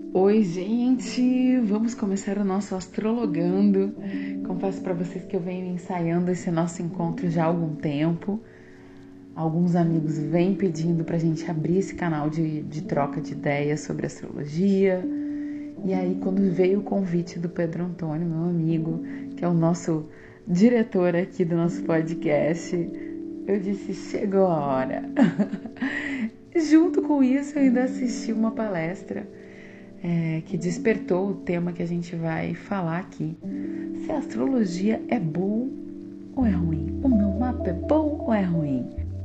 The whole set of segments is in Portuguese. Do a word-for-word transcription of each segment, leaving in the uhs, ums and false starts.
Oi, gente! Vamos começar o nosso astrologando. Confesso para vocês que eu venho ensaiando esse nosso encontro já há algum tempo. Alguns amigos vêm pedindo para a gente abrir esse canal de, de troca de ideias sobre astrologia. E aí, quando veio o convite do Pedro Antônio, meu amigo, que é o nosso diretor aqui do nosso podcast, eu disse: chegou a hora. Junto com isso, eu ainda assisti uma palestra é, que despertou o tema que a gente vai falar aqui. Se a astrologia é bom ou é ruim? O meu mapa é bom ou é ruim?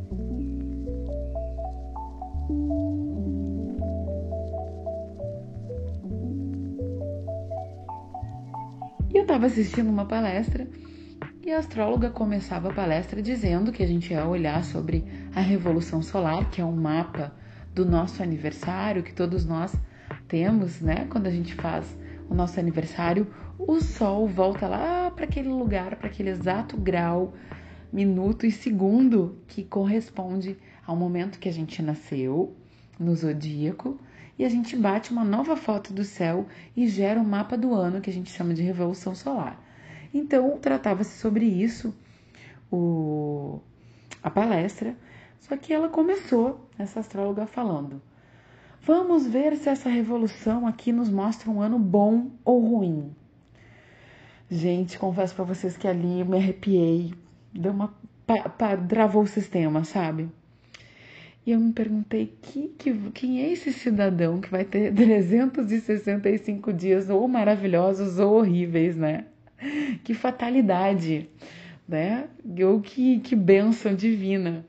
E eu estava assistindo uma palestra e a astróloga começava a palestra dizendo que a gente ia olhar sobre a Revolução Solar, que é um mapa do nosso aniversário, que todos nós temos, né? Quando a gente faz o nosso aniversário, o Sol volta lá para aquele lugar, para aquele exato grau, minuto e segundo que corresponde ao momento que a gente nasceu no zodíaco, e a gente bate uma nova foto do céu e gera um mapa do ano que a gente chama de Revolução Solar. Então, tratava-se sobre isso o, a palestra, só que ela começou, essa astróloga, falando: vamos ver se essa revolução aqui nos mostra um ano bom ou ruim. Gente, confesso para vocês que ali eu me arrepiei, deu uma pa, pa, travou o sistema, sabe? E eu me perguntei que, que, quem é esse cidadão que vai ter trezentos e sessenta e cinco dias ou maravilhosos ou horríveis, né? Que fatalidade, né? Ou que, que bênção divina.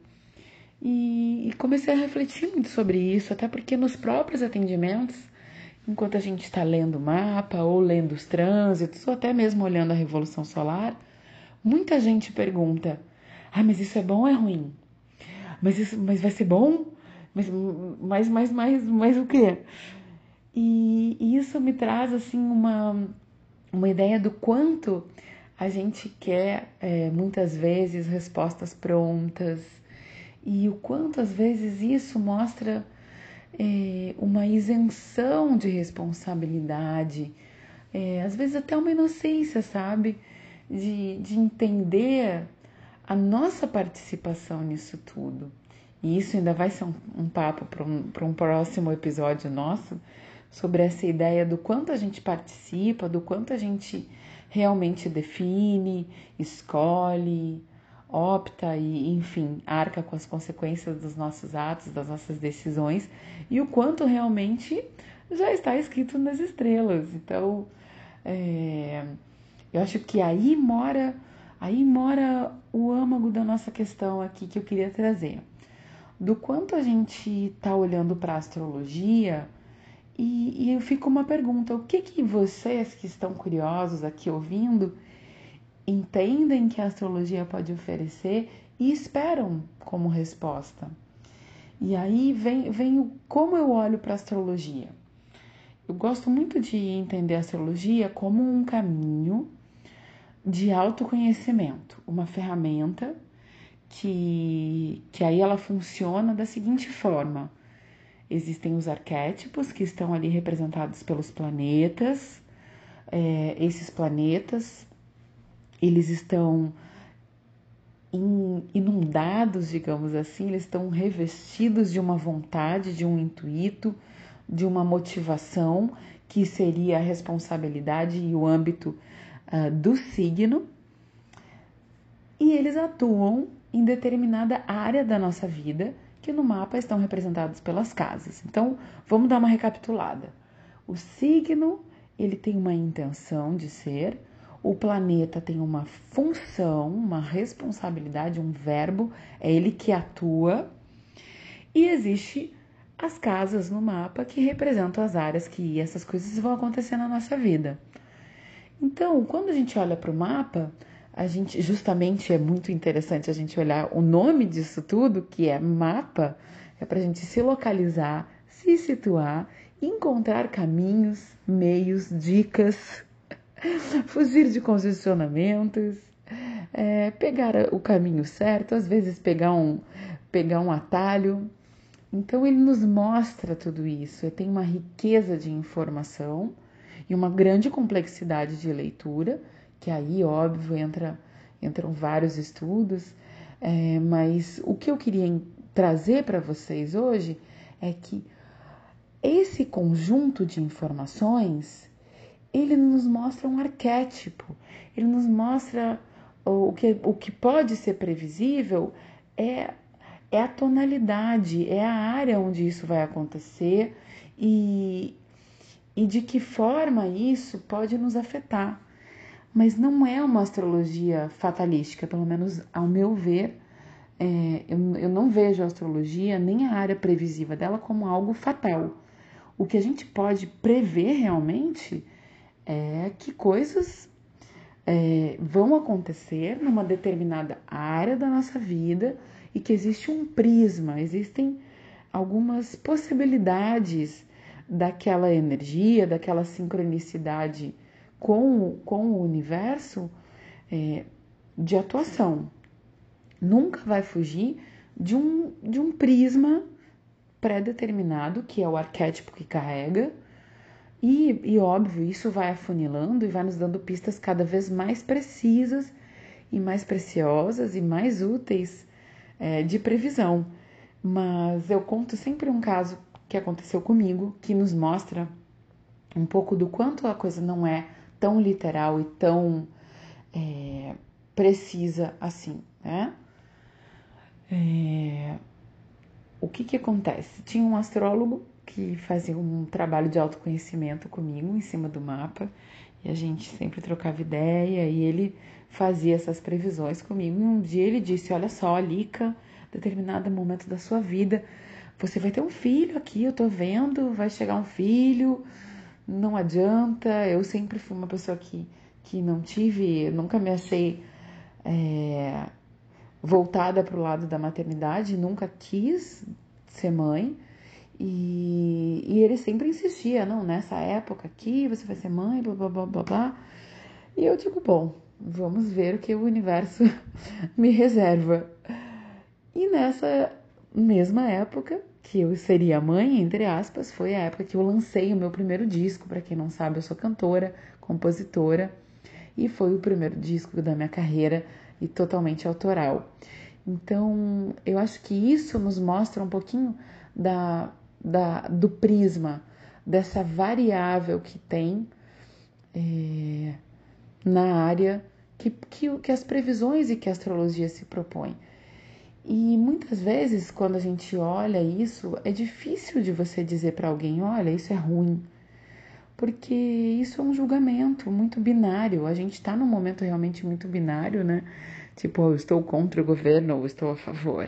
E, e comecei a refletir muito sobre isso, até porque nos próprios atendimentos, enquanto a gente está lendo o mapa, ou lendo os trânsitos, ou até mesmo olhando a Revolução Solar, muita gente pergunta: ah, mas isso é bom ou é ruim? Mas, isso, mas vai ser bom? Mas, mas, mas, mas, mas o quê? E, e isso me traz, assim, uma, uma ideia do quanto a gente quer, é, muitas vezes, respostas prontas, e o quanto às vezes isso mostra é, uma isenção de responsabilidade, é, às vezes até uma inocência, sabe? De, de entender a nossa participação nisso tudo. E isso ainda vai ser um, um papo para um, para um próximo episódio nosso, sobre essa ideia do quanto a gente participa, do quanto a gente realmente define, escolhe, opta e, enfim, arca com as consequências dos nossos atos, das nossas decisões, e o quanto realmente já está escrito nas estrelas. Então, é, eu acho que aí mora, aí mora o âmago da nossa questão aqui que eu queria trazer. Do quanto a gente está olhando para a astrologia, e, e eu fico uma pergunta: o que que vocês que estão curiosos aqui ouvindo entendem que a astrologia pode oferecer e esperam como resposta? E aí vem, vem o, como eu olho para a astrologia. Eu gosto muito de entender a astrologia como um caminho de autoconhecimento, uma ferramenta que, que aí ela funciona da seguinte forma: existem os arquétipos que estão ali representados pelos planetas. É, esses planetas, eles estão inundados, digamos assim, eles estão revestidos de uma vontade, de um intuito, de uma motivação, que seria a responsabilidade e o âmbito uh, do signo, e eles atuam em determinada área da nossa vida, que no mapa estão representados pelas casas. Então, vamos dar uma recapitulada. O signo, ele tem uma intenção de ser, o planeta tem uma função, uma responsabilidade, um verbo, é ele que atua, e existe as casas no mapa que representam as áreas que essas coisas vão acontecer na nossa vida. Então, quando a gente olha para o mapa, a gente justamente é muito interessante a gente olhar o nome disso tudo, que é mapa, é para a gente se localizar, se situar, encontrar caminhos, meios, dicas, fugir de congestionamentos, é, pegar o caminho certo, às vezes pegar um, pegar um atalho, Então ele nos mostra tudo isso, tem uma riqueza de informação e uma grande complexidade de leitura, que aí, óbvio, entra, entram vários estudos, é, mas o que eu queria trazer para vocês hoje é que esse conjunto de informações, ele nos mostra um arquétipo, ele nos mostra o que, o que pode ser previsível é, é a tonalidade, é a área onde isso vai acontecer e, e de que forma isso pode nos afetar. Mas não é uma astrologia fatalística, pelo menos ao meu ver, é, eu, eu não vejo a astrologia nem a área previsiva dela como algo fatal. O que a gente pode prever realmente é que coisas é, vão acontecer numa determinada área da nossa vida e que existe um prisma, existem algumas possibilidades daquela energia, daquela sincronicidade com, com o universo é, de atuação. Nunca vai fugir de um, de um prisma pré-determinado, que é o arquétipo que carrega, e, e óbvio, isso vai afunilando e vai nos dando pistas cada vez mais precisas e mais preciosas e mais úteis é, de previsão. Mas eu conto sempre um caso que aconteceu comigo, que nos mostra um pouco do quanto a coisa não é tão literal e tão é, precisa assim, né? É, o que que acontece? Tinha um astrólogo que fazia um trabalho de autoconhecimento comigo em cima do mapa e a gente sempre trocava ideia e ele fazia essas previsões comigo. E um dia ele disse: olha só, Lica, determinado momento da sua vida, você vai ter um filho aqui, eu tô vendo, vai chegar um filho, não adianta. Eu sempre fui uma pessoa que, que não tive, nunca me achei é, voltada para o lado da maternidade, nunca quis ser mãe. E, e ele sempre insistia, não, nessa época aqui você vai ser mãe, blá, blá, blá, blá, blá. E eu digo, bom, vamos ver o que o universo me reserva. E nessa mesma época, que eu seria mãe, entre aspas, foi a época que eu lancei o meu primeiro disco. Para quem não sabe, eu sou cantora, compositora, e foi o primeiro disco da minha carreira e totalmente autoral. Então, eu acho que isso nos mostra um pouquinho da, da, do prisma, dessa variável que tem é, na área que, que, que as previsões e que a astrologia se propõe. E muitas vezes, quando a gente olha isso, é difícil de você dizer para alguém: olha, isso é ruim, porque isso é um julgamento muito binário. A gente está num momento realmente muito binário, né? Tipo, eu estou contra o governo ou estou a favor.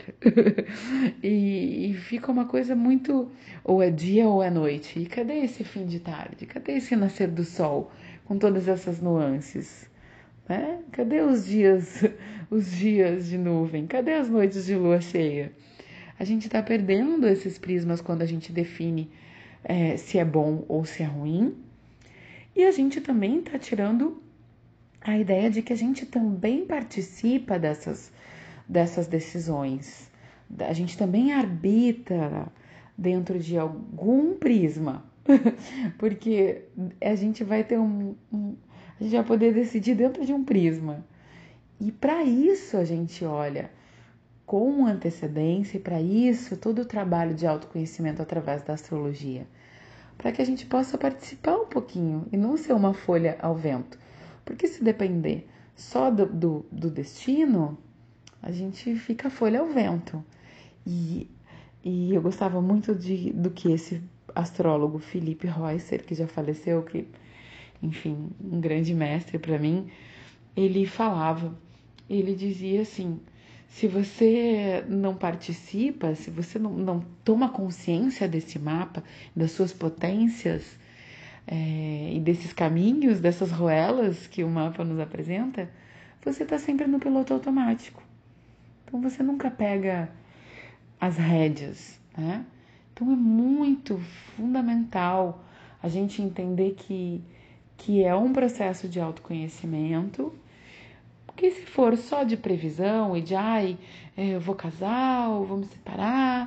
e, e fica uma coisa muito, ou é dia ou é noite. E cadê esse fim de tarde? Cadê esse nascer do sol com todas essas nuances? Né? Cadê os dias, os dias de nuvem? Cadê as noites de lua cheia? A gente está perdendo esses prismas quando a gente define é, se é bom ou se é ruim. E a gente também está tirando a ideia de que a gente também participa dessas, dessas decisões. A gente também arbitra dentro de algum prisma. Porque a gente vai ter um, um. A gente vai poder decidir dentro de um prisma. E para isso a gente olha com antecedência, e para isso todo o trabalho de autoconhecimento através da astrologia. Para que a gente possa participar um pouquinho e não ser uma folha ao vento. Porque se depender só do, do, do destino, a gente fica folha ao vento. E, e eu gostava muito de, do que esse astrólogo Philippe Reusser, que já faleceu, que, enfim, um grande mestre para mim, ele falava, ele dizia assim: se você não participa, se você não, não toma consciência desse mapa, das suas potências, é, e desses caminhos, dessas roelas que o mapa nos apresenta, você está sempre no piloto automático. Então você nunca pega as rédeas, né? Então é muito fundamental a gente entender que, que é um processo de autoconhecimento, porque se for só de previsão e de ai, eu vou casar, ou vou me separar,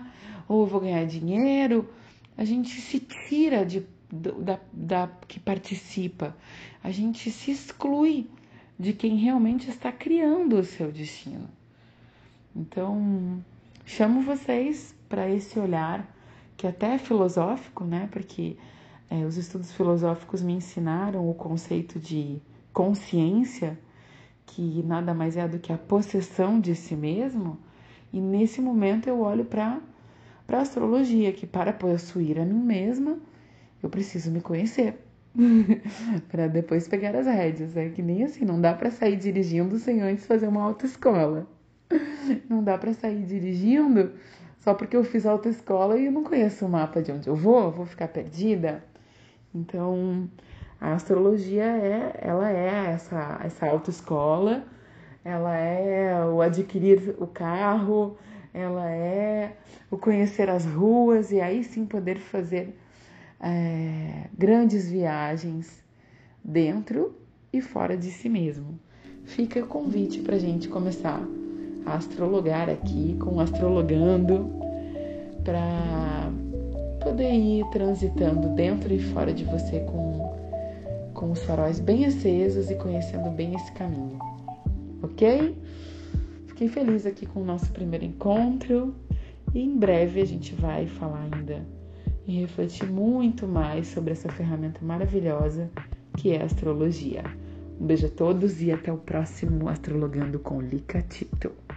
ou eu vou ganhar dinheiro, a gente se tira de, da, da que participa, a gente se exclui de quem realmente está criando o seu destino. Então, chamo vocês para esse olhar, que até é filosófico, né? Porque é, os estudos filosóficos me ensinaram o conceito de consciência, que nada mais é do que a possessão de si mesmo. E nesse momento eu olho para a astrologia, que para possuir a mim mesma, eu preciso me conhecer. Para depois pegar as rédeas. É que nem assim, não dá para sair dirigindo sem antes fazer uma autoescola. Não dá para sair dirigindo só porque eu fiz autoescola e eu não conheço o mapa de onde eu vou, vou ficar perdida. Então, a astrologia é, ela é essa, essa autoescola, ela é o adquirir o carro, ela é o conhecer as ruas e aí sim poder fazer é, grandes viagens dentro e fora de si mesmo. Fica o convite para a gente começar a astrologar aqui com o Astrologando, para poder ir transitando dentro e fora de você com, com os faróis bem acesos e conhecendo bem esse caminho, ok? Fiquei feliz aqui com o nosso primeiro encontro e em breve a gente vai falar ainda e refletir muito mais sobre essa ferramenta maravilhosa que é a astrologia. Um beijo a todos e até o próximo Astrologando com Lica Tito.